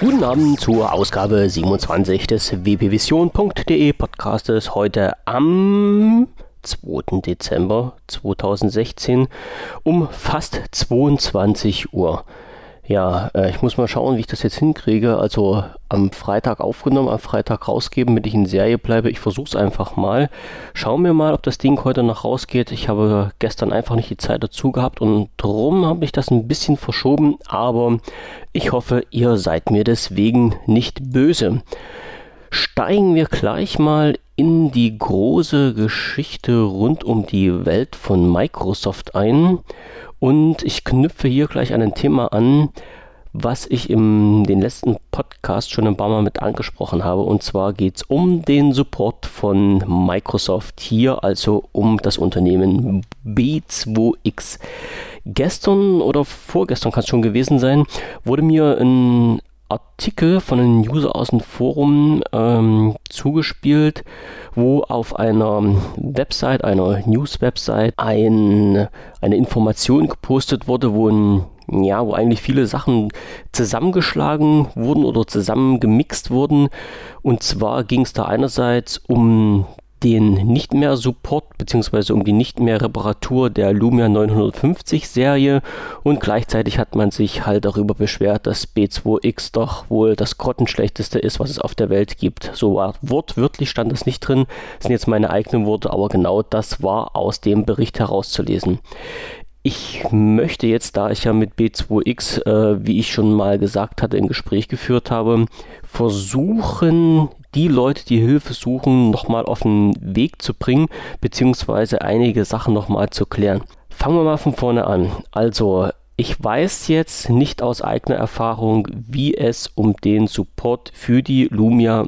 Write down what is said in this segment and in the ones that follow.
Guten Abend zur Ausgabe 27 des wpvision.de Podcastes heute am 2. Dezember 2016 um fast 22 Uhr. Ja, ich muss mal schauen, wie ich das jetzt hinkriege. Also am Freitag aufgenommen, am Freitag rausgeben, damit ich in Serie bleibe. Ich versuche es einfach mal. Schauen wir mal, ob das Ding heute noch rausgeht. Ich habe gestern einfach nicht die Zeit dazu gehabt und drum habe ich das ein bisschen verschoben. Aber ich hoffe, ihr seid mir deswegen nicht böse. Steigen wir gleich mal in die große Geschichte rund um die Welt von Microsoft ein. Und ich knüpfe hier gleich an ein Thema an, was ich in den letzten Podcast schon ein paar Mal mit angesprochen habe. Und zwar geht es um den Support von Microsoft hier, also um das Unternehmen B2X. Gestern oder vorgestern kann es schon gewesen sein, wurde mir ein Artikel von einem User aus dem Forum zugespielt, wo auf einer Website, einer News-Website, eine Information gepostet wurde, wo eigentlich viele Sachen zusammengeschlagen wurden oder zusammengemixt wurden. Und zwar ging es da einerseits um den Nicht-mehr-Support bzw. um die Nicht-mehr-Reparatur der Lumia 950 Serie und gleichzeitig hat man sich halt darüber beschwert, dass B2X doch wohl das grottenschlechteste ist, was es auf der Welt gibt. So wortwörtlich stand das nicht drin, das sind jetzt meine eigenen Worte, aber genau das war aus dem Bericht herauszulesen. Ich möchte jetzt, da ich ja mit B2X, wie ich schon mal gesagt hatte, ein Gespräch geführt habe, versuchen, die Leute, die Hilfe suchen, nochmal auf den Weg zu bringen, beziehungsweise einige Sachen nochmal zu klären. Fangen wir mal von vorne an. Also, ich weiß jetzt nicht aus eigener Erfahrung, wie es um den Support für die Lumia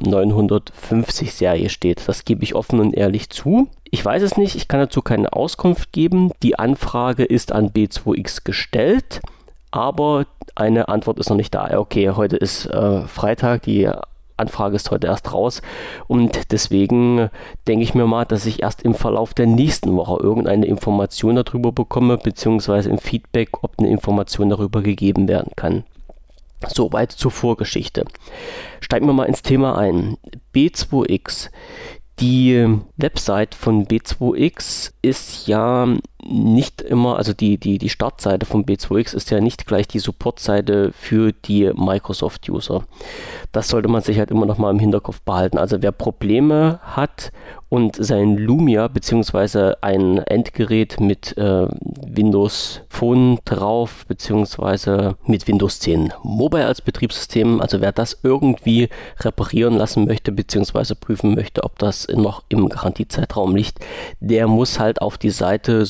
950 Serie steht. Das gebe ich offen und ehrlich zu. Ich weiß es nicht, ich kann dazu keine Auskunft geben. Die Anfrage ist an B2X gestellt, aber eine Antwort ist noch nicht da. Okay, heute ist Freitag, die Anfrage ist heute erst raus und deswegen denke ich mir mal, dass ich erst im Verlauf der nächsten Woche irgendeine Information darüber bekomme, beziehungsweise im Feedback, ob eine Information darüber gegeben werden kann. Soweit zur Vorgeschichte. Steigen wir mal ins Thema ein. B2X. Die Website von B2X ist ja nicht immer, also die Startseite von B2X ist ja nicht gleich die Supportseite für die Microsoft-User. Das sollte man sich halt immer noch mal im Hinterkopf behalten. Also wer Probleme hat und sein Lumia bzw. ein Endgerät mit Windows Phone drauf bzw. mit Windows 10 Mobile als Betriebssystem, also wer das irgendwie reparieren lassen möchte bzw. prüfen möchte, ob das noch im Garantiezeitraum liegt, der muss halt auf die Seite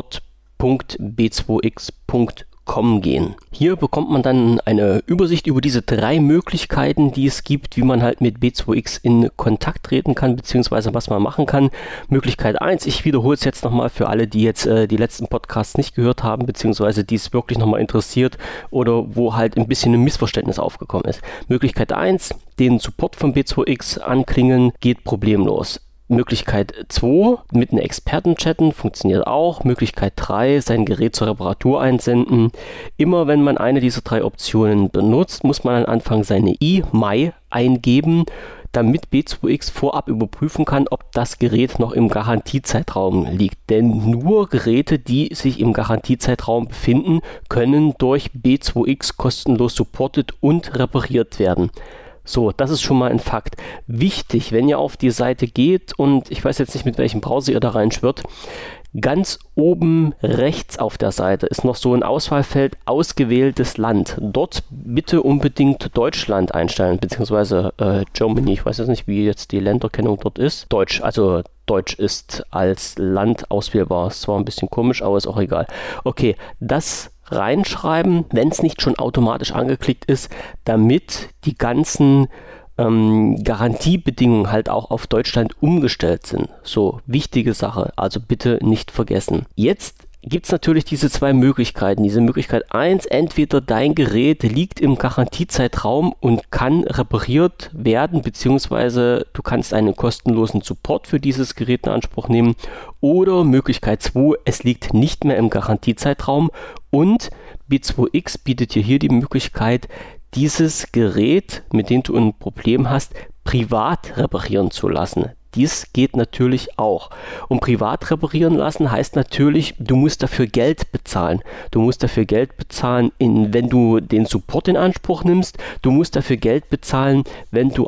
support.b2x.com gehen. Hier bekommt man dann eine Übersicht über diese 3 Möglichkeiten, die es gibt, wie man halt mit B2X in Kontakt treten kann, beziehungsweise was man machen kann. Möglichkeit 1, ich wiederhole es jetzt nochmal für alle, die jetzt die letzten Podcasts nicht gehört haben, beziehungsweise die es wirklich nochmal interessiert oder wo halt ein bisschen ein Missverständnis aufgekommen ist. Möglichkeit 1, den Support von B2X anklingeln, geht problemlos. Möglichkeit 2, mit einem Experten chatten, funktioniert auch. Möglichkeit 3, sein Gerät zur Reparatur einsenden. Immer wenn man eine dieser 3 Optionen benutzt, muss man am Anfang seine E-Mail eingeben, damit B2X vorab überprüfen kann, ob das Gerät noch im Garantiezeitraum liegt. Denn nur Geräte, die sich im Garantiezeitraum befinden, können durch B2X kostenlos supportet und repariert werden. So, das ist schon mal ein Fakt. Wichtig, wenn ihr auf die Seite geht und ich weiß jetzt nicht, mit welchem Browser ihr da reinschwirrt, ganz oben rechts auf der Seite ist noch so ein Auswahlfeld ausgewähltes Land. Dort bitte unbedingt Deutschland einstellen, beziehungsweise Germany. Ich weiß jetzt nicht, wie jetzt die Länderkennung dort ist. Deutsch, also Deutsch ist als Land auswählbar. Ist zwar ein bisschen komisch, aber ist auch egal. Okay, das reinschreiben, wenn es nicht schon automatisch angeklickt ist, damit die ganzen Garantiebedingungen halt auch auf Deutschland umgestellt sind. So, wichtige Sache, also bitte nicht vergessen. Jetzt gibt es natürlich diese 2 Möglichkeiten. Diese Möglichkeit 1, entweder dein Gerät liegt im Garantiezeitraum und kann repariert werden, beziehungsweise du kannst einen kostenlosen Support für dieses Gerät in Anspruch nehmen. Oder Möglichkeit 2, es liegt nicht mehr im Garantiezeitraum und B2X bietet dir hier die Möglichkeit, dieses Gerät, mit dem du ein Problem hast, privat reparieren zu lassen. Dies geht natürlich auch. Und privat reparieren lassen heißt natürlich, du musst dafür Geld bezahlen. Du musst dafür Geld bezahlen, wenn du den Support in Anspruch nimmst. Du musst dafür Geld bezahlen, wenn du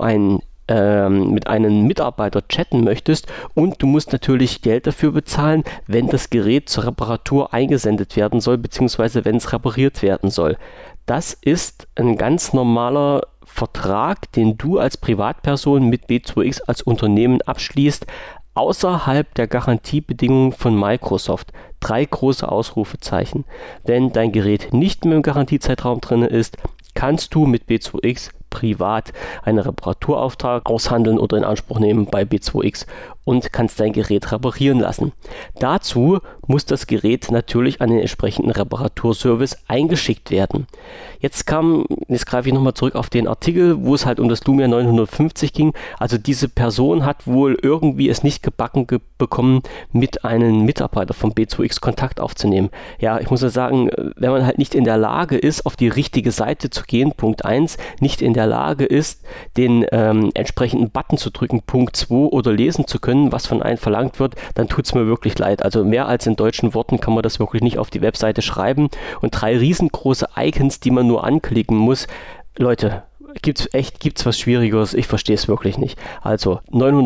mit einem Mitarbeiter chatten möchtest, und du musst natürlich Geld dafür bezahlen, wenn das Gerät zur Reparatur eingesendet werden soll, beziehungsweise wenn es repariert werden soll. Das ist ein ganz normaler Vertrag, den du als Privatperson mit B2X als Unternehmen abschließt, außerhalb der Garantiebedingungen von Microsoft. 3 große Ausrufezeichen. Wenn dein Gerät nicht mehr im Garantiezeitraum drin ist, kannst du mit B2X privat einen Reparaturauftrag aushandeln oder in Anspruch nehmen bei B2X und kannst dein Gerät reparieren lassen. Dazu muss das Gerät natürlich an den entsprechenden Reparaturservice eingeschickt werden. Jetzt greife ich nochmal zurück auf den Artikel, wo es halt um das Lumia 950 ging. Also diese Person hat wohl irgendwie es nicht gebacken bekommen, mit einem Mitarbeiter von B2X Kontakt aufzunehmen. Ja, ich muss ja sagen, wenn man halt nicht in der Lage ist, auf die richtige Seite zu gehen, Punkt 1, nicht in der Lage ist, den entsprechenden Button zu drücken, Punkt 2, oder lesen zu können, was von einem verlangt wird, dann tut es mir wirklich leid. Also mehr als in deutschen Worten kann man das wirklich nicht auf die Webseite schreiben, und 3 riesengroße Icons, die man nur anklicken muss. Leute, gibt's was Schwierigeres? Ich verstehe es wirklich nicht. Also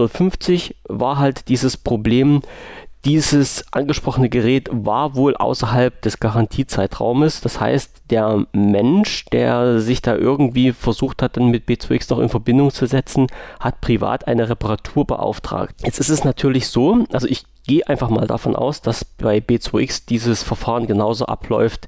950 war halt dieses Problem. Dieses angesprochene Gerät war wohl außerhalb des Garantiezeitraumes. Das heißt, der Mensch, der sich da irgendwie versucht hat, dann mit B2X noch in Verbindung zu setzen, hat privat eine Reparatur beauftragt. Jetzt ist es natürlich so, also ich gehe einfach mal davon aus, dass bei B2X dieses Verfahren genauso abläuft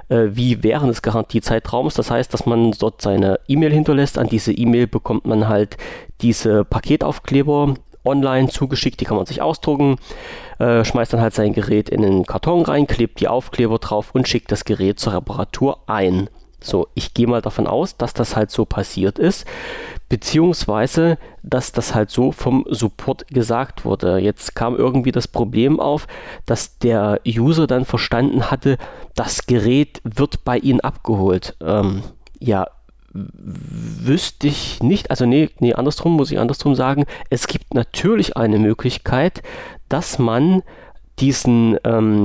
wie während des Garantiezeitraums. Das heißt, dass man dort seine E-Mail hinterlässt. An diese E-Mail bekommt man halt diese Paketaufkleber online zugeschickt, die kann man sich ausdrucken, schmeißt dann halt sein Gerät in den Karton rein, klebt die Aufkleber drauf und schickt das Gerät zur Reparatur ein. So, ich gehe mal davon aus, dass das halt so passiert ist, beziehungsweise, dass das halt so vom Support gesagt wurde. Jetzt kam irgendwie das Problem auf, dass der User dann verstanden hatte, das Gerät wird bei Ihnen abgeholt. Wüsste ich nicht, also muss ich andersrum sagen, es gibt natürlich eine Möglichkeit, dass man diesen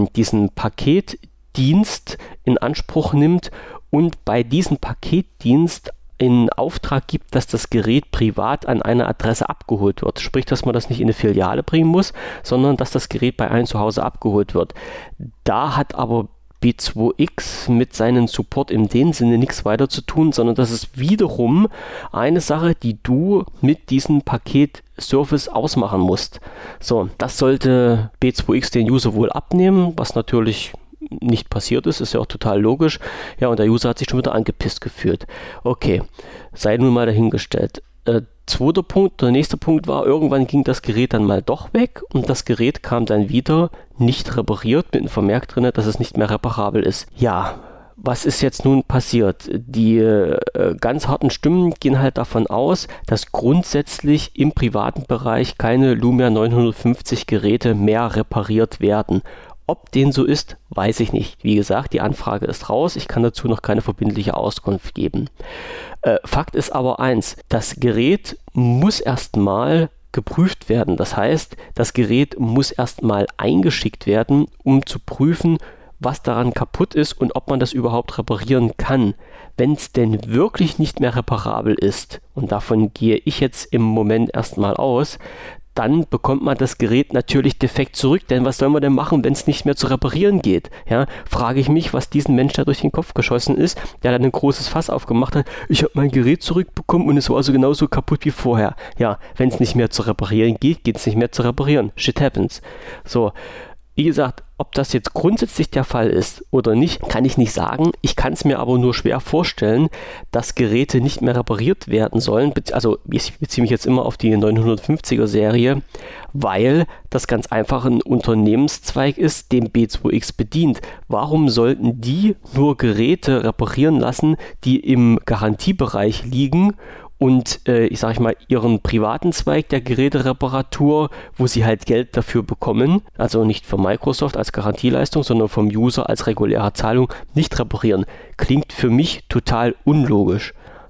Paketdienst in Anspruch nimmt und bei diesem Paketdienst in Auftrag gibt, dass das Gerät privat an einer Adresse abgeholt wird. Sprich, dass man das nicht in eine Filiale bringen muss, sondern dass das Gerät bei einem zu Hause abgeholt wird. Da hat aber B2X mit seinem Support in dem Sinne nichts weiter zu tun, sondern das ist wiederum eine Sache, die du mit diesem Paketservice ausmachen musst. So, das sollte B2X den User wohl abnehmen, was natürlich nicht passiert ist ja auch total logisch. Ja, und der User hat sich schon wieder angepisst gefühlt. Okay, sei nun mal dahingestellt. Zweiter Punkt, der nächste Punkt war, irgendwann ging das Gerät dann mal doch weg und das Gerät kam dann wieder nicht repariert mit einem Vermerk drin, dass es nicht mehr reparabel ist. Ja, was ist jetzt nun passiert? Die ganz harten Stimmen gehen halt davon aus, dass grundsätzlich im privaten Bereich keine Lumia 950 Geräte mehr repariert werden. Ob dem so ist, weiß ich nicht. Wie gesagt, die Anfrage ist raus. Ich kann dazu noch keine verbindliche Auskunft geben. Fakt ist aber eins, das Gerät muss erstmal geprüft werden. Das heißt, das Gerät muss erstmal eingeschickt werden, um zu prüfen, was daran kaputt ist und ob man das überhaupt reparieren kann. Wenn es denn wirklich nicht mehr reparabel ist, und davon gehe ich jetzt im Moment erstmal aus, dann bekommt man das Gerät natürlich defekt zurück, denn was soll man denn machen, wenn es nicht mehr zu reparieren geht? Ja, frage ich mich, was diesen Mensch da durch den Kopf geschossen ist, der dann ein großes Fass aufgemacht hat. Ich habe mein Gerät zurückbekommen und es war also genauso kaputt wie vorher. Ja, wenn es nicht mehr zu reparieren geht, geht es nicht mehr zu reparieren. Shit happens. So, wie gesagt, ob das jetzt grundsätzlich der Fall ist oder nicht, kann ich nicht sagen. Ich kann es mir aber nur schwer vorstellen, dass Geräte nicht mehr repariert werden sollen. Also ich beziehe mich jetzt immer auf die 950er Serie, weil das ganz einfach ein Unternehmenszweig ist, den B2X bedient. Warum sollten die nur Geräte reparieren lassen, die im Garantiebereich liegen und ihren privaten Zweig der Gerätereparatur, wo sie halt Geld dafür bekommen, also nicht von Microsoft als Garantieleistung, sondern vom User als reguläre Zahlung, nicht reparieren? Klingt für mich total unlogisch.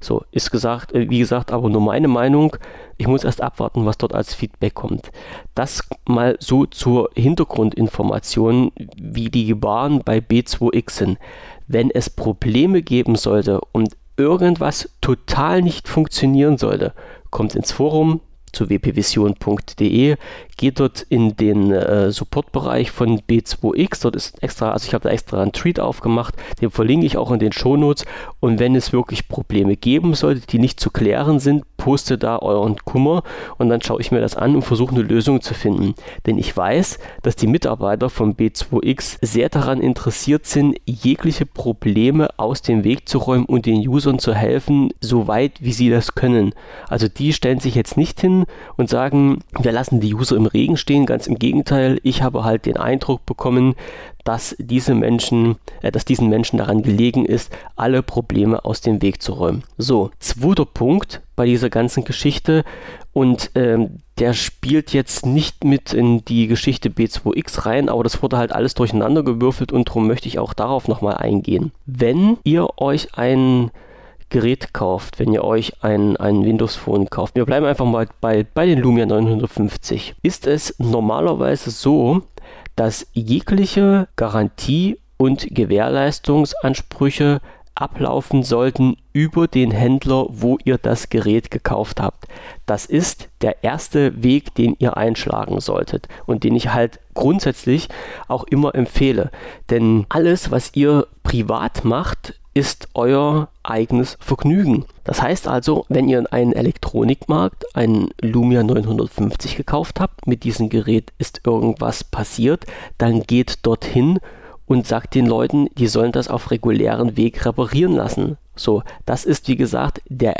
So, ist gesagt, wie gesagt, aber nur meine Meinung. Ich muss erst abwarten, was dort als Feedback kommt. Das mal so zur Hintergrundinformation, wie die Gebaren bei B2X sind. Wenn es Probleme geben sollte und irgendwas total nicht funktionieren sollte, kommt ins Forum zu wpvision.de, geht dort in den Supportbereich von B2X, dort ist extra, also ich habe da extra einen Tweet aufgemacht, den verlinke ich auch in den Shownotes, und wenn es wirklich Probleme geben sollte, die nicht zu klären sind, poste da euren Kummer und dann schaue ich mir das an und versuche eine Lösung zu finden. Denn ich weiß, dass die Mitarbeiter von B2X sehr daran interessiert sind, jegliche Probleme aus dem Weg zu räumen und den Usern zu helfen, so weit wie sie das können. Also die stellen sich jetzt nicht hin und sagen, wir lassen die User im Regen stehen, ganz im Gegenteil. Ich habe halt den Eindruck bekommen, dass diesen Menschen daran gelegen ist, alle Probleme aus dem Weg zu räumen. So, zweiter Punkt bei dieser ganzen Geschichte, und der spielt jetzt nicht mit in die Geschichte B2X rein, aber das wurde halt alles durcheinander gewürfelt und darum möchte ich auch darauf nochmal eingehen. Wenn ihr euch ein Gerät kauft, wenn ihr euch ein Windows Phone kauft, wir bleiben einfach mal bei den Lumia 950, ist es normalerweise so, dass jegliche Garantie- und Gewährleistungsansprüche ablaufen sollten über den Händler, wo ihr das Gerät gekauft habt. Das ist der erste Weg, den ihr einschlagen solltet und den ich halt grundsätzlich auch immer empfehle. Denn alles, was ihr privat macht, ist euer eigenes Vergnügen. Das heißt also, wenn ihr in einem Elektronikmarkt einen Lumia 950 gekauft habt, mit diesem Gerät ist irgendwas passiert, dann geht dorthin und sagt den Leuten, die sollen das auf regulären Weg reparieren lassen. So, das ist wie gesagt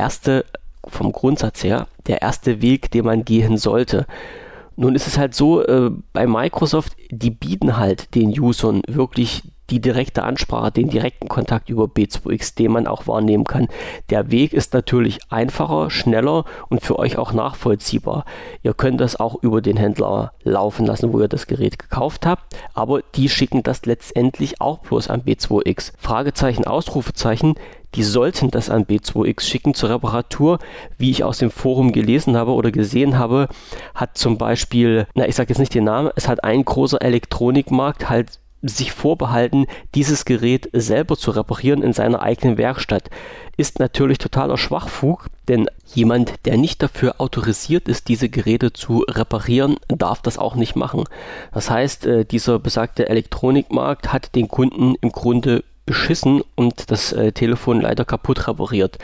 vom Grundsatz her, der erste Weg, den man gehen sollte. Nun ist es halt so, bei Microsoft, die bieten halt den Usern wirklich die direkte Ansprache, den direkten Kontakt über B2X, den man auch wahrnehmen kann. Der Weg ist natürlich einfacher, schneller und für euch auch nachvollziehbar. Ihr könnt das auch über den Händler laufen lassen, wo ihr das Gerät gekauft habt, aber die schicken das letztendlich auch bloß an B2X. Fragezeichen, Ausrufezeichen, die sollten das an B2X schicken zur Reparatur. Wie ich aus dem Forum gelesen habe oder gesehen habe, hat zum Beispiel, ich sage jetzt nicht den Namen, es hat ein großer Elektronikmarkt halt sich vorbehalten, dieses Gerät selber zu reparieren in seiner eigenen Werkstatt. Ist natürlich totaler Schwachfug, denn jemand, der nicht dafür autorisiert ist, diese Geräte zu reparieren, darf das auch nicht machen. Das heißt, dieser besagte Elektronikmarkt hat den Kunden im Grunde beschissen und das Telefon leider kaputt repariert.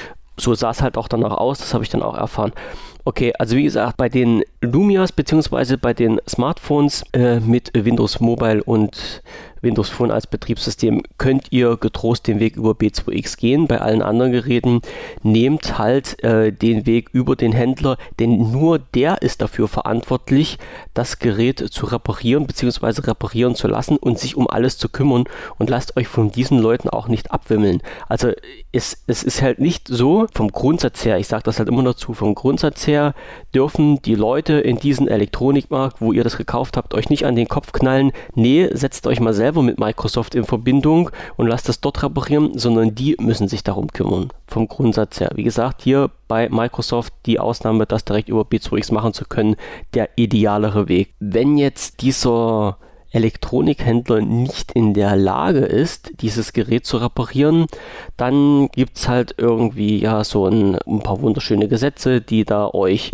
So sah es halt auch danach aus, das habe ich dann auch erfahren. Okay, also wie gesagt, bei den Lumias bzw. bei den Smartphones mit Windows Mobile und Windows Phone als Betriebssystem könnt ihr getrost den Weg über B2X gehen. Bei allen anderen Geräten nehmt halt den Weg über den Händler, denn nur der ist dafür verantwortlich, das Gerät zu reparieren bzw. reparieren zu lassen und sich um alles zu kümmern, und lasst euch von diesen Leuten auch nicht abwimmeln. Also es ist halt nicht so, vom Grundsatz her, ich sage das halt immer dazu, vom Grundsatz her dürfen die Leute in diesem Elektronikmarkt, wo ihr das gekauft habt, euch nicht an den Kopf knallen, nee, setzt euch mal selber mit Microsoft in Verbindung und lasst das dort reparieren, sondern die müssen sich darum kümmern, vom Grundsatz her. Wie gesagt, hier bei Microsoft die Ausnahme, das direkt über B2X machen zu können, der idealere Weg. Wenn jetzt dieser Elektronikhändler nicht in der Lage ist, dieses Gerät zu reparieren, dann gibt es halt irgendwie so ein paar wunderschöne Gesetze, die da euch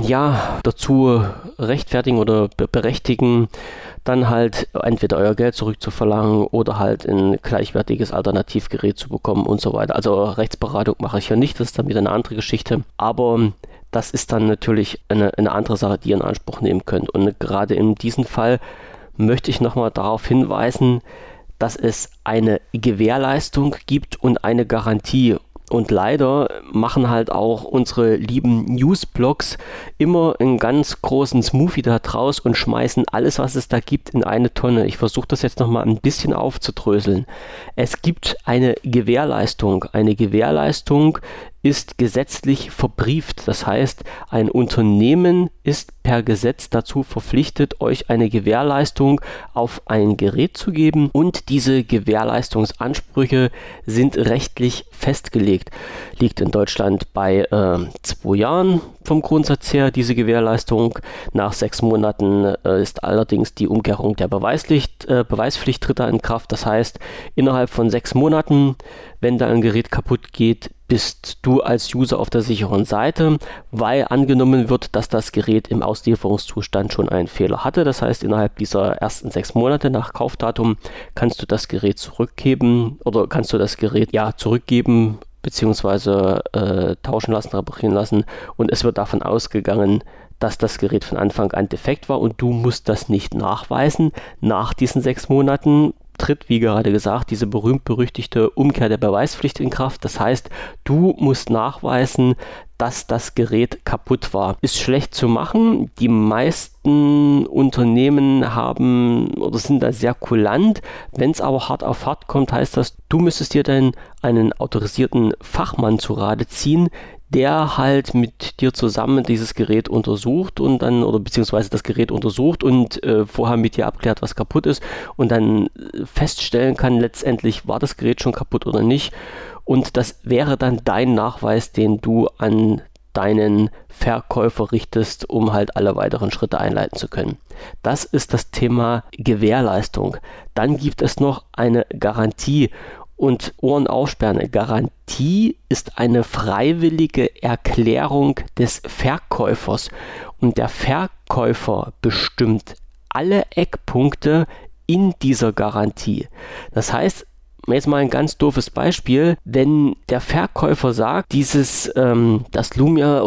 dazu rechtfertigen oder berechtigen, dann halt entweder euer Geld zurückzuverlangen oder halt ein gleichwertiges Alternativgerät zu bekommen und so weiter. Also Rechtsberatung mache ich ja nicht, das ist dann wieder eine andere Geschichte, aber das ist dann natürlich eine andere Sache, die ihr in Anspruch nehmen könnt. Und gerade in diesem Fall möchte ich nochmal darauf hinweisen, dass es eine Gewährleistung gibt und eine Garantie. Und leider machen halt auch unsere lieben Newsblogs immer einen ganz großen Smoothie da draus und schmeißen alles, was es da gibt, in eine Tonne. Ich versuche das jetzt nochmal ein bisschen aufzudröseln. Es gibt eine Gewährleistung ist gesetzlich verbrieft. Das heißt, ein Unternehmen ist per Gesetz dazu verpflichtet, euch eine Gewährleistung auf ein Gerät zu geben, und diese Gewährleistungsansprüche sind rechtlich festgelegt. Liegt in Deutschland bei 2 Jahren vom Grundsatz her diese Gewährleistung. Nach 6 Monaten ist allerdings die Umkehrung der Beweispflicht tritt da in Kraft. Das heißt, innerhalb von 6 Monaten, wenn da ein Gerät kaputt geht, bist du als User auf der sicheren Seite, weil angenommen wird, dass das Gerät im Auslieferungszustand schon einen Fehler hatte. Das heißt, innerhalb dieser ersten 6 Monate nach Kaufdatum kannst du das Gerät zurückgeben beziehungsweise tauschen lassen, reparieren lassen, und es wird davon ausgegangen, dass das Gerät von Anfang an defekt war, und du musst das nicht nachweisen. Nach diesen 6 Monaten tritt, wie gerade gesagt, diese berühmt-berüchtigte Umkehr der Beweispflicht in Kraft. Das heißt, du musst nachweisen, dass das Gerät kaputt war. Ist schlecht zu machen. Die meisten Unternehmen sind da sehr kulant. Wenn es aber hart auf hart kommt, heißt das, du müsstest dir dann einen autorisierten Fachmann zu Rate ziehen, der halt mit dir zusammen dieses Gerät untersucht und dann, beziehungsweise das Gerät untersucht und vorher mit dir abklärt, was kaputt ist, und dann feststellen kann, letztendlich war das Gerät schon kaputt oder nicht. Und das wäre dann dein Nachweis, den du an deinen Verkäufer richtest, um halt alle weiteren Schritte einleiten zu können. Das ist das Thema Gewährleistung. Dann gibt es noch eine Garantie. Und Ohren aufsperren. Eine Garantie ist eine freiwillige Erklärung des Verkäufers. Und der Verkäufer bestimmt alle Eckpunkte in dieser Garantie. Das heißt, jetzt mal ein ganz doofes Beispiel: Wenn der Verkäufer sagt, das Lumia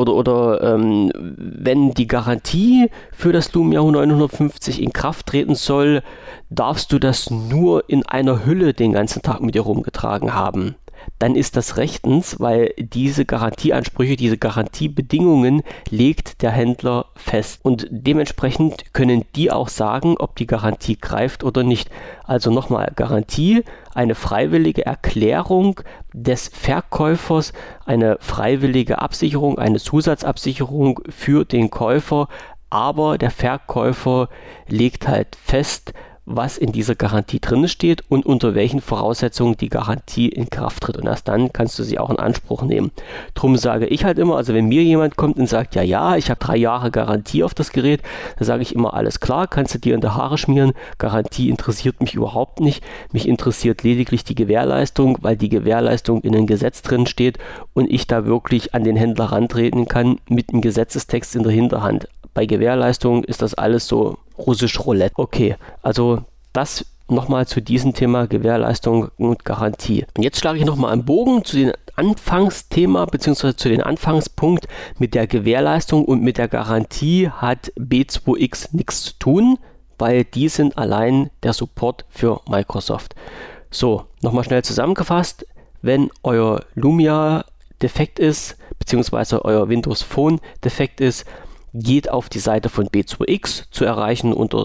wenn die Garantie für das Lumia 950 in Kraft treten soll, darfst du das nur in einer Hülle den ganzen Tag mit dir rumgetragen haben. Dann ist das rechtens, weil diese Garantieansprüche, diese Garantiebedingungen legt der Händler fest. Und dementsprechend können die auch sagen, ob die Garantie greift oder nicht. Also nochmal, Garantie, eine freiwillige Erklärung des Verkäufers, eine freiwillige Absicherung, eine Zusatzabsicherung für den Käufer, aber der Verkäufer legt halt fest, was in dieser Garantie drin steht und unter welchen Voraussetzungen die Garantie in Kraft tritt. Und erst dann kannst du sie auch in Anspruch nehmen. Drum sage ich halt immer, also wenn mir jemand kommt und sagt, ja, ich habe 3 Jahre Garantie auf das Gerät, dann sage ich immer, alles klar, kannst du dir in die Haare schmieren. Garantie interessiert mich überhaupt nicht. Mich interessiert lediglich die Gewährleistung, weil die Gewährleistung in einem Gesetz drin steht und ich da wirklich an den Händler rantreten kann mit einem Gesetzestext in der Hinterhand. Bei Gewährleistung ist das alles so russisch Roulette. Okay, also das nochmal zu diesem Thema Gewährleistung und Garantie. Und jetzt schlage ich nochmal einen Bogen zu dem Anfangsthema bzw. zu dem Anfangspunkt. Mit der Gewährleistung und mit der Garantie hat B2X nichts zu tun, weil die sind allein der Support für Microsoft. So, nochmal schnell zusammengefasst: Wenn euer Lumia defekt ist, beziehungsweise euer Windows Phone defekt ist, geht auf die Seite von B2X, zu erreichen unter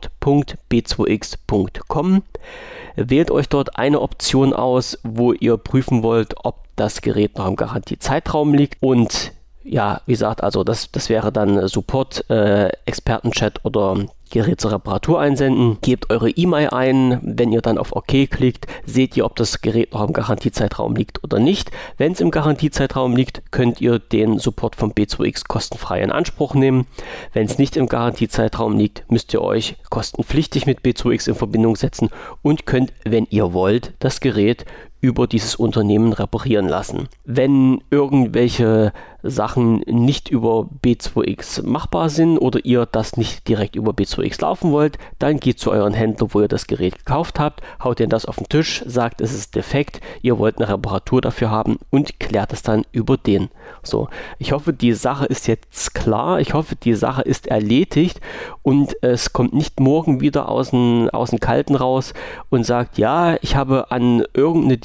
support.b2x.com. Wählt euch dort eine Option aus, wo ihr prüfen wollt, ob das Gerät noch im Garantiezeitraum liegt. Und ja, wie gesagt, also das wäre dann Support, Expertenchat oder Gerät zur Reparatur einsenden. Gebt eure E-Mail ein. Wenn ihr dann auf OK klickt, seht ihr, ob das Gerät noch im Garantiezeitraum liegt oder nicht. Wenn es im Garantiezeitraum liegt, könnt ihr den Support von B2X kostenfrei in Anspruch nehmen. Wenn es nicht im Garantiezeitraum liegt, müsst ihr euch kostenpflichtig mit B2X in Verbindung setzen und könnt, wenn ihr wollt, das Gerät über dieses Unternehmen reparieren lassen. Wenn irgendwelche Sachen nicht über B2X machbar sind oder ihr das nicht direkt über B2X laufen wollt, dann geht zu euren Händler, wo ihr das Gerät gekauft habt, haut ihr das auf den Tisch, sagt, es ist defekt, ihr wollt eine Reparatur dafür haben und klärt es dann über den. So, ich hoffe, die Sache ist jetzt klar, ich hoffe, die Sache ist erledigt und es kommt nicht morgen wieder aus dem Kalten raus und sagt, ja, ich habe an irgendeine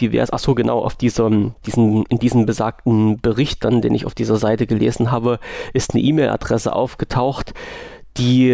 in diesem besagten Bericht dann, den ich auf dieser Seite gelesen habe, ist eine E-Mail-Adresse aufgetaucht, die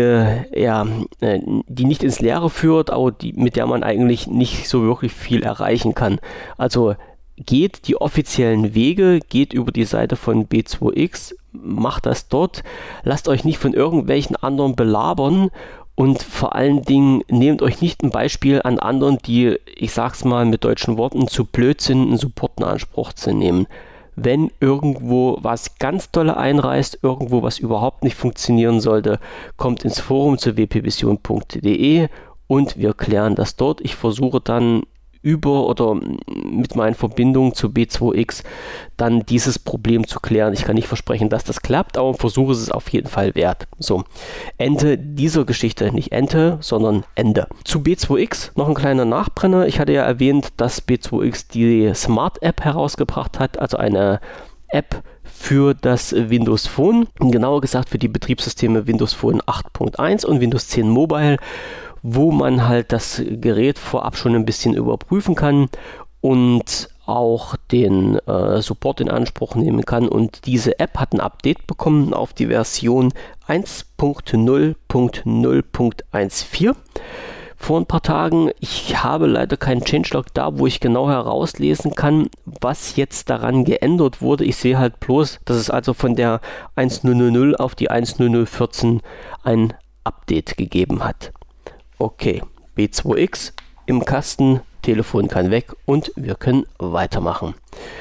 nicht ins Leere führt, aber mit der man eigentlich nicht so wirklich viel erreichen kann. Also geht die offiziellen Wege, geht über die Seite von B2X, macht das dort, lasst euch nicht von irgendwelchen anderen belabern und vor allen Dingen nehmt euch nicht ein Beispiel an anderen, die, ich sag's mal mit deutschen Worten, zu blöd sind, einen Support in Anspruch zu nehmen. Wenn irgendwo was ganz Tolle einreißt, irgendwo was überhaupt nicht funktionieren sollte, kommt ins Forum zu wpvision.de und wir klären das dort. Ich versuche dann über oder mit meinen Verbindungen zu B2X dann dieses Problem zu klären. Ich kann nicht versprechen, dass das klappt, aber versuche es auf jeden Fall wert. So, Ende dieser Geschichte, nicht Ente, sondern Ende. Zu B2X noch ein kleiner Nachbrenner. Ich hatte ja erwähnt, dass B2X die Smart App herausgebracht hat, also eine App für das Windows Phone, genauer gesagt für die Betriebssysteme Windows Phone 8.1 und Windows 10 Mobile, wo man halt das Gerät vorab schon ein bisschen überprüfen kann und auch den Support in Anspruch nehmen kann. Und diese App hat ein Update bekommen auf die Version 1.0.0.14 vor ein paar Tagen. Ich habe leider keinen Changelog da, wo ich genau herauslesen kann, was jetzt daran geändert wurde. Ich sehe halt bloß, dass es also von der 1.0.0.0 auf die 1.0.0.14 ein Update gegeben hat. Okay, B2X im Kasten, Telefon kann weg und wir können weitermachen.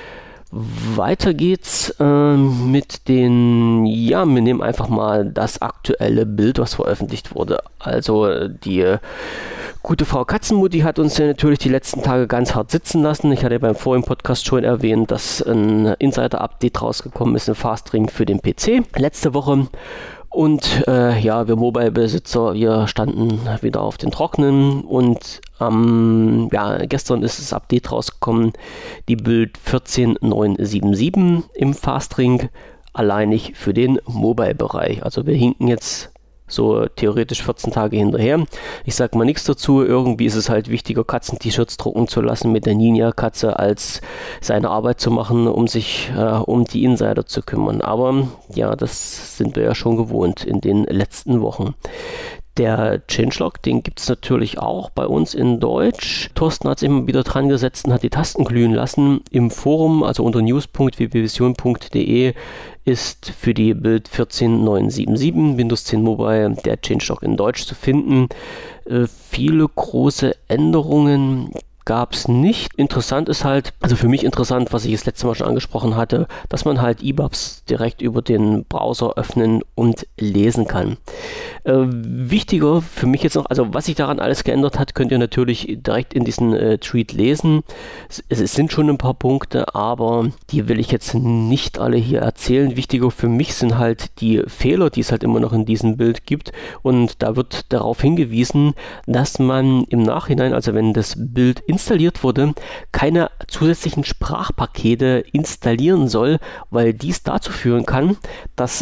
Weiter geht's mit den, wir nehmen einfach mal das aktuelle Bild, was veröffentlicht wurde. Also die gute Frau Katzenmutti hat uns ja natürlich die letzten Tage ganz hart sitzen lassen. Ich hatte ja beim vorigen Podcast schon erwähnt, dass ein Insider-Update rausgekommen ist, ein Fastring für den PC letzte Woche. Und wir Mobile-Besitzer, wir standen wieder auf den Trockenen und gestern ist das Update rausgekommen, die Build 14977 im Fastring, alleinig für den Mobile-Bereich. Also wir hinken jetzt so theoretisch 14 Tage hinterher. Ich sage mal nichts dazu, irgendwie ist es halt wichtiger, Katzen-T-Shirts drucken zu lassen mit der Ninja-Katze, als seine Arbeit zu machen, um sich um die Insider zu kümmern. Aber ja, das sind wir ja schon gewohnt in den letzten Wochen. Der Changelog, den gibt es natürlich auch bei uns in Deutsch. Thorsten hat sich immer wieder dran gesetzt und hat die Tasten glühen lassen. Im Forum, also unter news.wpvision.de, ist für die Build 14977 Windows 10 Mobile der Changelog in Deutsch zu finden. Viele große Änderungen gab es nicht. Interessant ist halt, also für mich interessant, was ich das letzte Mal schon angesprochen hatte, dass man halt EBUBs direkt über den Browser öffnen und lesen kann. Wichtiger für mich jetzt noch, also was sich daran alles geändert hat, könnt ihr natürlich direkt in diesen Tweet lesen. Es sind schon ein paar Punkte, aber die will ich jetzt nicht alle hier erzählen. Wichtiger für mich sind halt die Fehler, die es halt immer noch in diesem Bild gibt, und da wird darauf hingewiesen, dass man im Nachhinein, also wenn das Bild installiert wurde, keine zusätzlichen Sprachpakete installieren soll, weil dies dazu führen kann, dass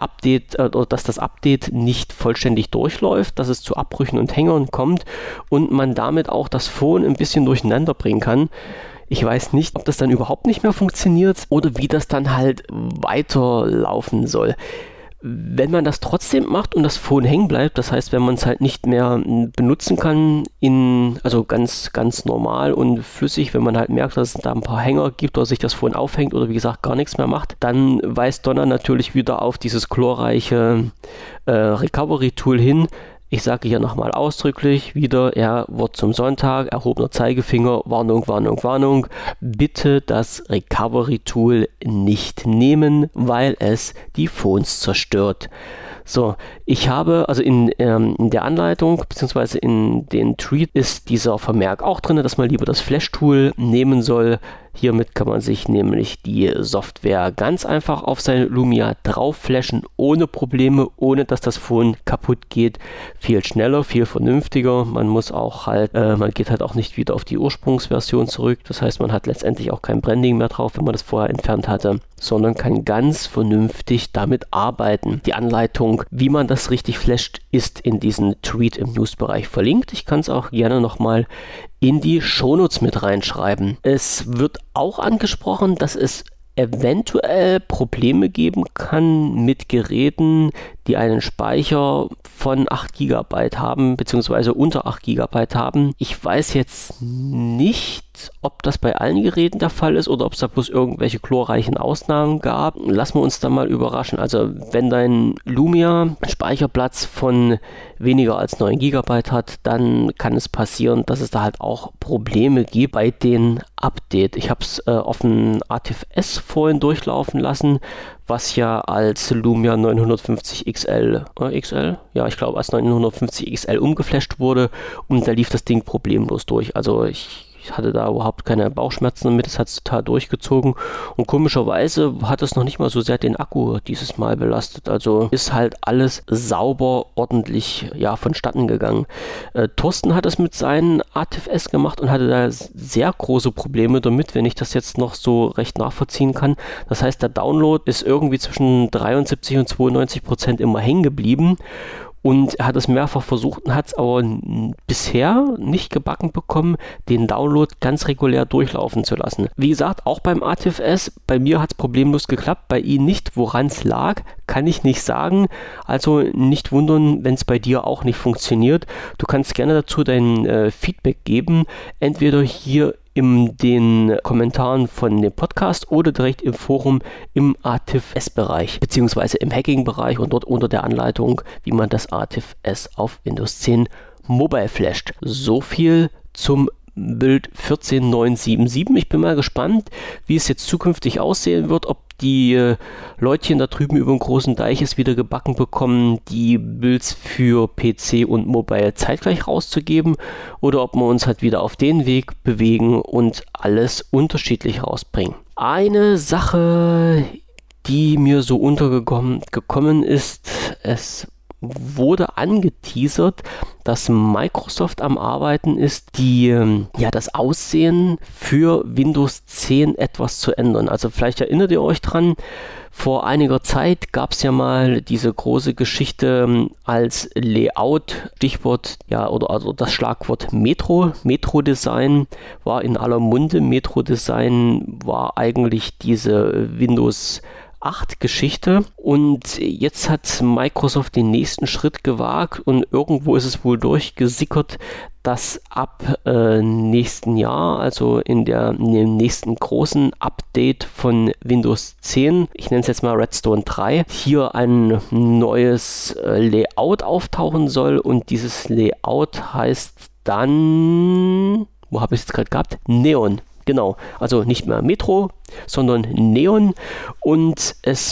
das Update nicht vollständig durchläuft, dass es zu Abbrüchen und Hängern kommt und man damit auch das Phone ein bisschen durcheinander bringen kann. Ich weiß nicht, ob das dann überhaupt nicht mehr funktioniert oder wie das dann halt weiterlaufen soll. Wenn man das trotzdem macht und das Phone hängen bleibt, das heißt, wenn man es halt nicht mehr benutzen kann, also ganz, ganz normal und flüssig, wenn man halt merkt, dass es da ein paar Hänger gibt oder sich das Phone aufhängt oder wie gesagt gar nichts mehr macht, dann weist Donner natürlich wieder auf dieses glorreiche Recovery-Tool hin. Ich sage hier nochmal ausdrücklich wieder, Wort zum Sonntag, erhobener Zeigefinger, Warnung, Warnung, Warnung. Bitte das Recovery-Tool nicht nehmen, weil es die Phones zerstört. So, ich habe, also in der Anleitung bzw. in den Tweet ist dieser Vermerk auch drin, dass man lieber das Flash-Tool nehmen soll. Hiermit kann man sich nämlich die Software ganz einfach auf seine Lumia drauf flashen, ohne Probleme, ohne dass das Phone kaputt geht. Viel schneller, viel vernünftiger. Man muss auch man geht halt auch nicht wieder auf die Ursprungsversion zurück. Das heißt, man hat letztendlich auch kein Branding mehr drauf, wenn man das vorher entfernt hatte, sondern kann ganz vernünftig damit arbeiten. Die Anleitung, wie man das richtig flasht, ist in diesem Tweet im Newsbereich verlinkt. Ich kann es auch gerne nochmal in die Shownotes mit reinschreiben. Es wird auch angesprochen, dass es eventuell Probleme geben kann mit Geräten, die einen Speicher von 8 GB haben, beziehungsweise unter 8 GB haben. Ich weiß jetzt nicht, ob das bei allen Geräten der Fall ist oder ob es da bloß irgendwelche glorreichen Ausnahmen gab. Lassen wir uns da mal überraschen. Also wenn dein Lumia einen Speicherplatz von weniger als 9 GB hat, dann kann es passieren, dass es da halt auch Probleme gibt bei den Update. Ich habe es auf dem ATIF-S vorhin durchlaufen lassen, was ja als Lumia 950 XL, Ja, ich glaube als 950 XL umgeflasht wurde und da lief das Ding problemlos durch. Also ich hatte da überhaupt keine Bauchschmerzen damit, es hat es total durchgezogen und komischerweise hat es noch nicht mal so sehr den Akku dieses Mal belastet, also ist halt alles sauber, ordentlich vonstatten gegangen. Thorsten hat es mit seinen ATIF-S gemacht und hatte da sehr große Probleme damit, wenn ich das jetzt noch so recht nachvollziehen kann. Das heißt, der Download ist irgendwie zwischen 73 und 92% immer hängen geblieben. Und er hat es mehrfach versucht und hat es aber bisher nicht gebacken bekommen, den Download ganz regulär durchlaufen zu lassen. Wie gesagt, auch beim ATIF-S, bei mir hat es problemlos geklappt, bei ihm nicht. Woran es lag, kann ich nicht sagen. Also nicht wundern, wenn es bei dir auch nicht funktioniert. Du kannst gerne dazu dein Feedback geben, entweder hier in den Kommentaren von dem Podcast oder direkt im Forum im ATIF-S-Bereich, beziehungsweise im Hacking-Bereich und dort unter der Anleitung, wie man das ATIF-S auf Windows 10 Mobile flasht. So viel zum Bild 14977. Ich bin mal gespannt, wie es jetzt zukünftig aussehen wird, ob die Leutchen da drüben über den großen Deich es wieder gebacken bekommen, die Builds für PC und Mobile zeitgleich rauszugeben oder ob wir uns halt wieder auf den Weg bewegen und alles unterschiedlich rausbringen. Eine Sache, die mir so untergekommen ist, es wurde angeteasert, dass Microsoft am Arbeiten ist, das Aussehen für Windows 10 etwas zu ändern. Also vielleicht erinnert ihr euch dran, vor einiger Zeit gab es ja mal diese große Geschichte als Layout, Stichwort, also das Schlagwort Metro-Design war in aller Munde. Metro-Design war eigentlich diese Windows 8 Geschichte und jetzt hat Microsoft den nächsten Schritt gewagt und irgendwo ist es wohl durchgesickert, dass ab nächsten Jahr, also in dem nächsten großen Update von Windows 10, ich nenne es jetzt mal Redstone 3, hier ein neues Layout auftauchen soll und dieses Layout heißt dann, wo habe ich es jetzt gerade gehabt? Neon. Genau, also nicht mehr Metro, sondern Neon und es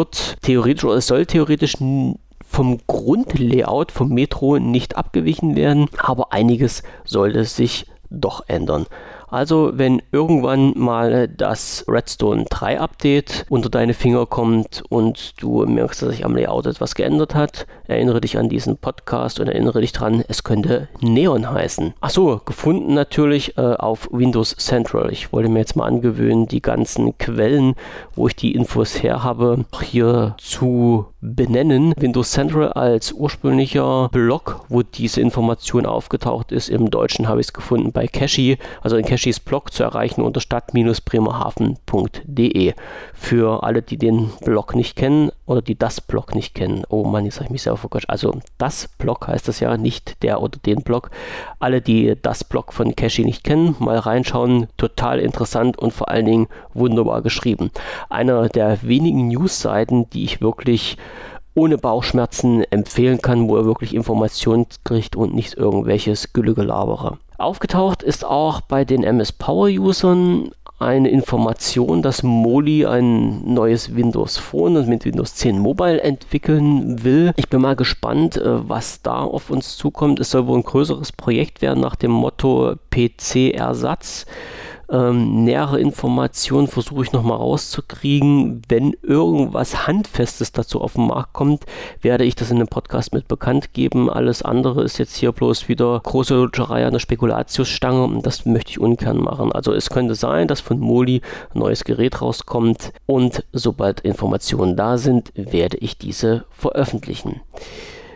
soll theoretisch vom Grundlayout vom Metro nicht abgewichen werden, aber einiges sollte sich doch ändern. Also wenn irgendwann mal das Redstone 3 Update unter deine Finger kommt und du merkst, dass sich am Layout etwas geändert hat, erinnere dich an diesen Podcast und erinnere dich dran, es könnte Neon heißen. Achso, gefunden natürlich auf Windows Central. Ich wollte mir jetzt mal angewöhnen, die ganzen Quellen, wo ich die Infos her habe, hier zu benennen. Windows Central als ursprünglicher Blog, wo diese Information aufgetaucht ist. Im Deutschen habe ich es gefunden bei Cachy, also in Cachys Blog zu erreichen unter stadt-bremerhaven.de. Für alle, die den Blog nicht kennen oder die das Blog nicht kennen. Oh Mann, jetzt habe ich mich selber verquatscht. Also das Blog heißt das ja, nicht der oder den Blog. Alle, die das Blog von Cachy nicht kennen, mal reinschauen. Total interessant und vor allen Dingen wunderbar geschrieben. Einer der wenigen News-Seiten, die ich wirklich ohne Bauchschmerzen empfehlen kann, wo er wirklich Informationen kriegt und nicht irgendwelches Güllegelabere. Aufgetaucht ist auch bei den MS Power Usern eine Information, dass Moli ein neues Windows Phone und mit Windows 10 Mobile entwickeln will. Ich bin mal gespannt, was da auf uns zukommt. Es soll wohl ein größeres Projekt werden nach dem Motto PC-Ersatz. Nähere Informationen versuche ich nochmal rauszukriegen. Wenn irgendwas Handfestes dazu auf den Markt kommt, werde ich das in dem Podcast mit bekannt geben. Alles andere ist jetzt hier bloß wieder große Lutscherei an der Spekulatiusstange und das möchte ich ungern machen. Also es könnte sein, dass von Moli ein neues Gerät rauskommt und sobald Informationen da sind, werde ich diese veröffentlichen.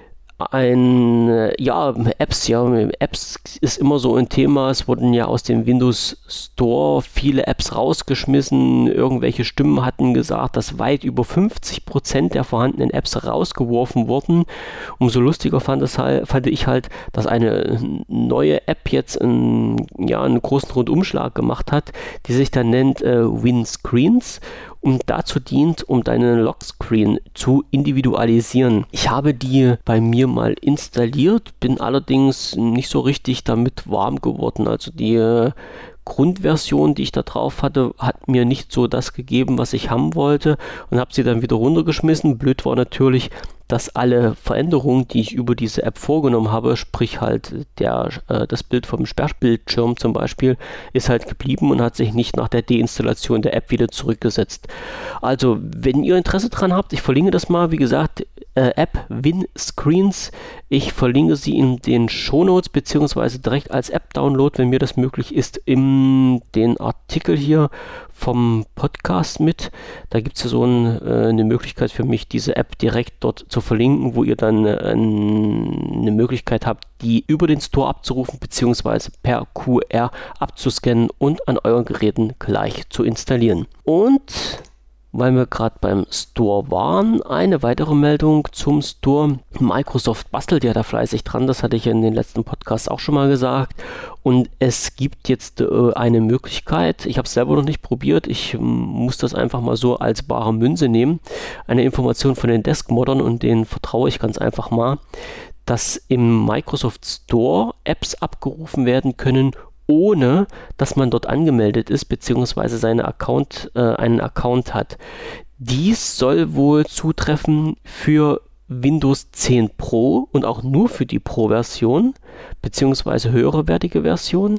Apps ist immer so ein Thema. Es wurden ja aus dem Windows Store viele Apps rausgeschmissen. Irgendwelche Stimmen hatten gesagt, dass weit über 50% der vorhandenen Apps rausgeworfen wurden. Umso lustiger fand ich halt, dass eine neue App jetzt einen großen Rundumschlag gemacht hat, die sich dann nennt WinScreens und dazu dient, um deinen Lockscreen zu individualisieren. Ich habe die bei mir mal installiert, bin allerdings nicht so richtig damit warm geworden. Also die Grundversion, die ich da drauf hatte, hat mir nicht so das gegeben, was ich haben wollte, und habe sie dann wieder runtergeschmissen. Blöd war natürlich, dass alle Veränderungen, die ich über diese App vorgenommen habe, sprich halt das Bild vom Sperrbildschirm zum Beispiel, ist halt geblieben und hat sich nicht nach der Deinstallation der App wieder zurückgesetzt. Also, wenn ihr Interesse dran habt, ich verlinke das mal, wie gesagt, App WinScreens. Ich verlinke sie in den Shownotes beziehungsweise direkt als App-Download, wenn mir das möglich ist, in den Artikel hier vom Podcast mit. Da gibt es ja so eine Möglichkeit für mich, diese App direkt dort zu verlinken, wo ihr dann eine Möglichkeit habt, die über den Store abzurufen beziehungsweise per QR abzuscannen und an euren Geräten gleich zu installieren. Und weil wir gerade beim Store waren, eine weitere Meldung zum Store. Microsoft bastelt ja da fleißig dran, das hatte ich in den letzten Podcasts auch schon mal gesagt. Und es gibt jetzt eine Möglichkeit, ich habe es selber noch nicht probiert, ich muss das einfach mal so als bare Münze nehmen, eine Information von den Deskmoddern, und denen vertraue ich ganz einfach mal, dass im Microsoft Store Apps abgerufen werden können, ohne dass man dort angemeldet ist bzw. einen Account hat. Dies soll wohl zutreffen für Windows 10 Pro und auch nur für die Pro-Version bzw. höhere wertige Version,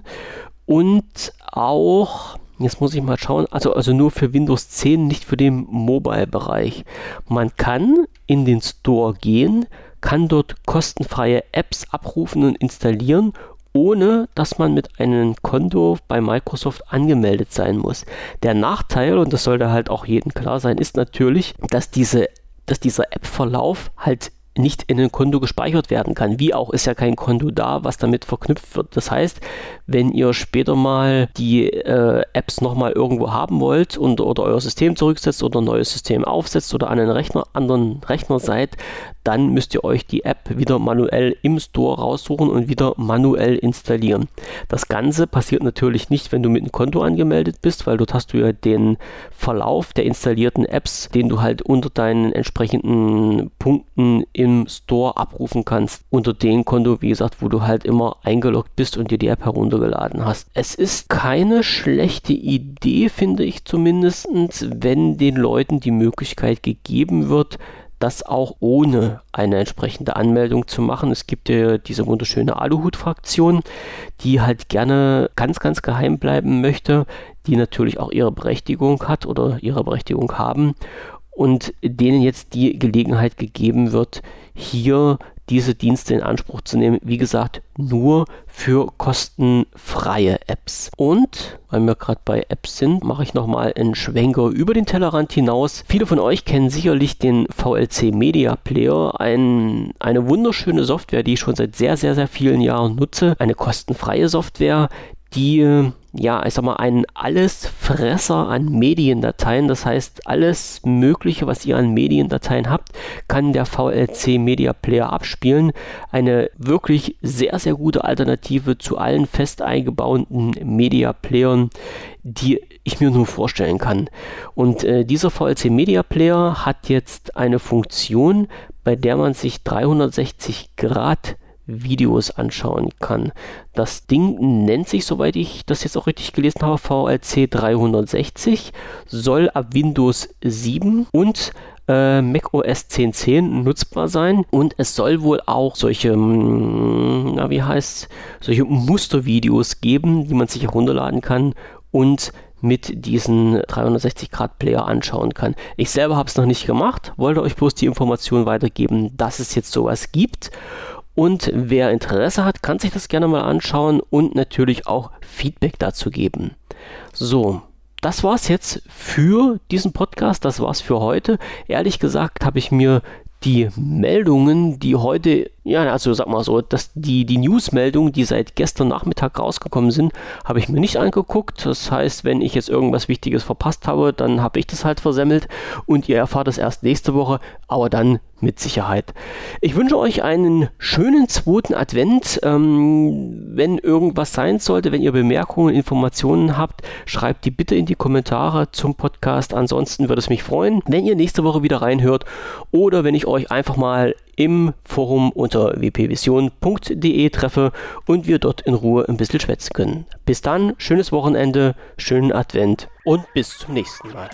und auch, jetzt muss ich mal schauen, also nur für Windows 10, nicht für den Mobile-Bereich. Man kann in den Store gehen, kann dort kostenfreie Apps abrufen und installieren, ohne dass man mit einem Konto bei Microsoft angemeldet sein muss. Der Nachteil, und das sollte halt auch jedem klar sein, ist natürlich, dass dieser App-Verlauf halt nicht in ein Konto gespeichert werden kann. Wie auch, ist ja kein Konto da, was damit verknüpft wird. Das heißt, wenn ihr später mal die Apps nochmal irgendwo haben wollt oder euer System zurücksetzt oder ein neues System aufsetzt oder an einen anderen Rechner seid, dann müsst ihr euch die App wieder manuell im Store raussuchen und wieder manuell installieren. Das Ganze passiert natürlich nicht, wenn du mit einem Konto angemeldet bist, weil dort hast du ja den Verlauf der installierten Apps, den du halt unter deinen entsprechenden Punkten im Store abrufen kannst. Unter dem Konto, wie gesagt, wo du halt immer eingeloggt bist und dir die App heruntergeladen hast. Es ist keine schlechte Idee, finde ich zumindest, wenn den Leuten die Möglichkeit gegeben wird, das auch ohne eine entsprechende Anmeldung zu machen. Es gibt ja diese wunderschöne Aluhut-Fraktion, die halt gerne ganz, ganz geheim bleiben möchte, die natürlich auch ihre Berechtigung hat oder ihre Berechtigung haben und denen jetzt die Gelegenheit gegeben wird, hier diese Dienste in Anspruch zu nehmen. Wie gesagt, nur für kostenfreie Apps. Und, weil wir gerade bei Apps sind, mache ich nochmal einen Schwenker über den Tellerrand hinaus. Viele von euch kennen sicherlich den VLC Media Player, eine wunderschöne Software, die ich schon seit sehr, sehr, sehr vielen Jahren nutze. Eine kostenfreie Software, die, ja, ich sag mal, einen Allesfresser an Mediendateien, das heißt, alles Mögliche, was ihr an Mediendateien habt, kann der VLC Media Player abspielen. Eine wirklich sehr, sehr gute Alternative zu allen fest eingebauten Media Playern, die ich mir nur vorstellen kann. Und dieser VLC Media Player hat jetzt eine Funktion, bei der man sich 360 Grad Videos anschauen kann. Das Ding nennt sich, soweit ich das jetzt auch richtig gelesen habe, VLC 360, soll ab Windows 7 und macOS 10.10 nutzbar sein, und es soll wohl auch solche Mustervideos geben, die man sich herunterladen kann und mit diesen 360-Grad-Player anschauen kann. Ich selber habe es noch nicht gemacht, wollte euch bloß die Information weitergeben, dass es jetzt sowas gibt. Und wer Interesse hat, kann sich das gerne mal anschauen und natürlich auch Feedback dazu geben. So, das war's jetzt für diesen Podcast, das war's für heute. Ehrlich gesagt habe ich mir die Meldungen, die heute Ja, also sag mal so, dass die Newsmeldungen, die seit gestern Nachmittag rausgekommen sind, habe ich mir nicht angeguckt. Das heißt, wenn ich jetzt irgendwas Wichtiges verpasst habe, dann habe ich das halt versemmelt und ihr erfahrt das erst nächste Woche, aber dann mit Sicherheit. Ich wünsche euch einen schönen zweiten Advent. Wenn irgendwas sein sollte, wenn ihr Bemerkungen, Informationen habt, schreibt die bitte in die Kommentare zum Podcast. Ansonsten würde es mich freuen, wenn ihr nächste Woche wieder reinhört oder wenn ich euch einfach mal im Forum unter wpvision.de treffe und wir dort in Ruhe ein bisschen schwätzen können. Bis dann, schönes Wochenende, schönen Advent und bis zum nächsten Mal.